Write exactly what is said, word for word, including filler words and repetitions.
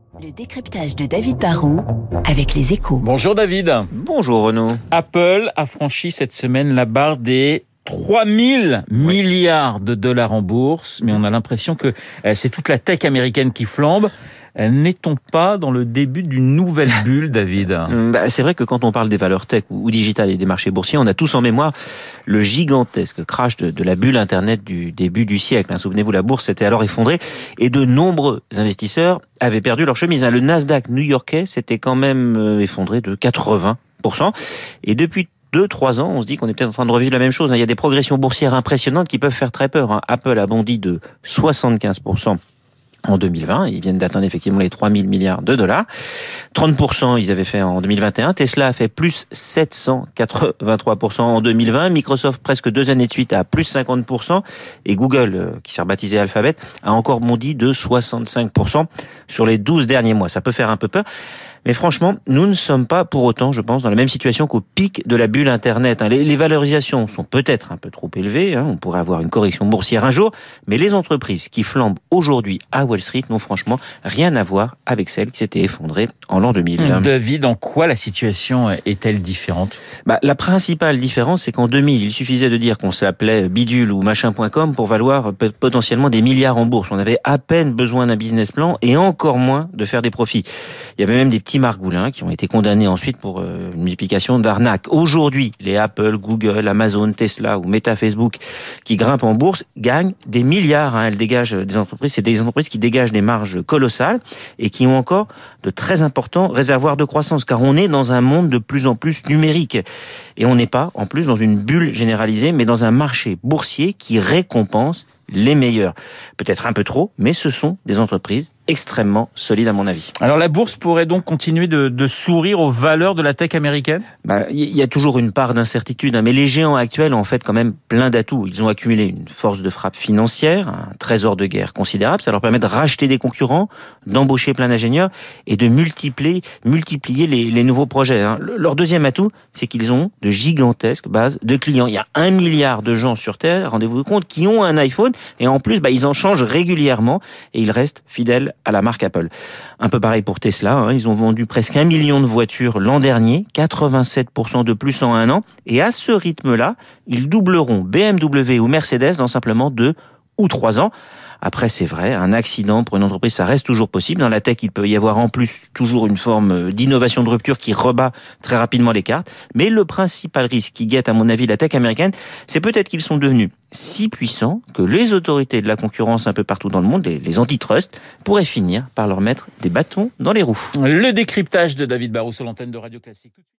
Le décryptage de David Barrault avec Les Échos. Bonjour David. Bonjour Renaud. Apple a franchi cette semaine la barre des trois mille milliards de dollars en bourse, mais on a l'impression que c'est toute la tech américaine qui flambe. N'est-on pas dans le début d'une nouvelle bulle, David ? bah, C'est vrai que quand on parle des valeurs tech ou digitales et des marchés boursiers, on a tous en mémoire le gigantesque crash de, de la bulle Internet du début du siècle. Souvenez-vous, la bourse s'était alors effondrée et de nombreux investisseurs avaient perdu leur chemise. Le Nasdaq new-yorkais s'était quand même effondré de quatre-vingts pour cent. Et depuis deux, trois ans, on se dit qu'on est peut-être en train de revivre la même chose. Il y a des progressions boursières impressionnantes qui peuvent faire très peur. Apple a bondi de soixante-quinze pour cent en deux mille vingt, ils viennent d'atteindre effectivement les trois mille milliards de dollars. trente pour cent ils avaient fait en deux mille vingt et un. Tesla a fait plus sept cent quatre-vingt-trois pour cent en deux mille vingt. Microsoft, presque deux années de suite, à plus cinquante pour cent. Et Google, qui s'est rebaptisé Alphabet, a encore bondi de soixante-cinq pour cent sur les douze derniers mois. Ça peut faire un peu peur. Mais franchement, nous ne sommes pas pour autant, je pense, dans la même situation qu'au pic de la bulle Internet. Les, les valorisations sont peut-être un peu trop élevées, on pourrait avoir une correction boursière un jour, mais les entreprises qui flambent aujourd'hui à Wall Street n'ont franchement rien à voir avec celles qui s'étaient effondrées en l'an deux mille. David, en quoi la situation est-elle différente ? bah, La principale différence, c'est qu'en deux mille, il suffisait de dire qu'on s'appelait bidule ou machin point com pour valoir potentiellement des milliards en bourse. On avait à peine besoin d'un business plan et encore moins de faire des profits. Il y avait même des petits margoulins qui ont été condamnés ensuite pour une multiplication d'arnaques. Aujourd'hui, les Apple, Google, Amazon, Tesla ou Meta, Facebook qui grimpent en bourse gagnent des milliards. Elles dégagent des entreprises, c'est des entreprises qui dégagent des marges colossales et qui ont encore de très importants réservoirs de croissance, car on est dans un monde de plus en plus numérique. Et on n'est pas, en plus, dans une bulle généralisée, mais dans un marché boursier qui récompense les meilleurs. Peut-être un peu trop, mais ce sont des entreprises extrêmement solides à mon avis. Alors la bourse pourrait donc continuer de, de sourire aux valeurs de la tech américaine ? Bah, il y a toujours une part d'incertitude, hein, mais les géants actuels ont en fait quand même plein d'atouts. Ils ont accumulé une force de frappe financière, un trésor de guerre considérable. Ça leur permet de racheter des concurrents, d'embaucher plein d'ingénieurs et de multiplier, multiplier les, les nouveaux projets. Hein. Leur deuxième atout, c'est qu'ils ont de gigantesques bases de clients. Il y a un milliard de gens sur Terre, rendez-vous compte, qui ont un iPhone et en plus, bah, ils en changent régulièrement et ils restent fidèles à la marque Apple. Un peu pareil pour Tesla, hein, ils ont vendu presque un million de voitures l'an dernier, quatre-vingt-sept pour cent de plus en un an, et à ce rythme-là, ils doubleront B M W ou Mercedes dans simplement deux ou trois ans. Après, c'est vrai, un accident pour une entreprise, ça reste toujours possible. Dans la tech, il peut y avoir en plus toujours une forme d'innovation de rupture qui rebat très rapidement les cartes. Mais le principal risque qui guette, à mon avis, la tech américaine, c'est peut-être qu'ils sont devenus si puissants que les autorités de la concurrence un peu partout dans le monde, les, les antitrust, pourraient finir par leur mettre des bâtons dans les roues. Le décryptage de David Barrault sur l'antenne de Radio Classique.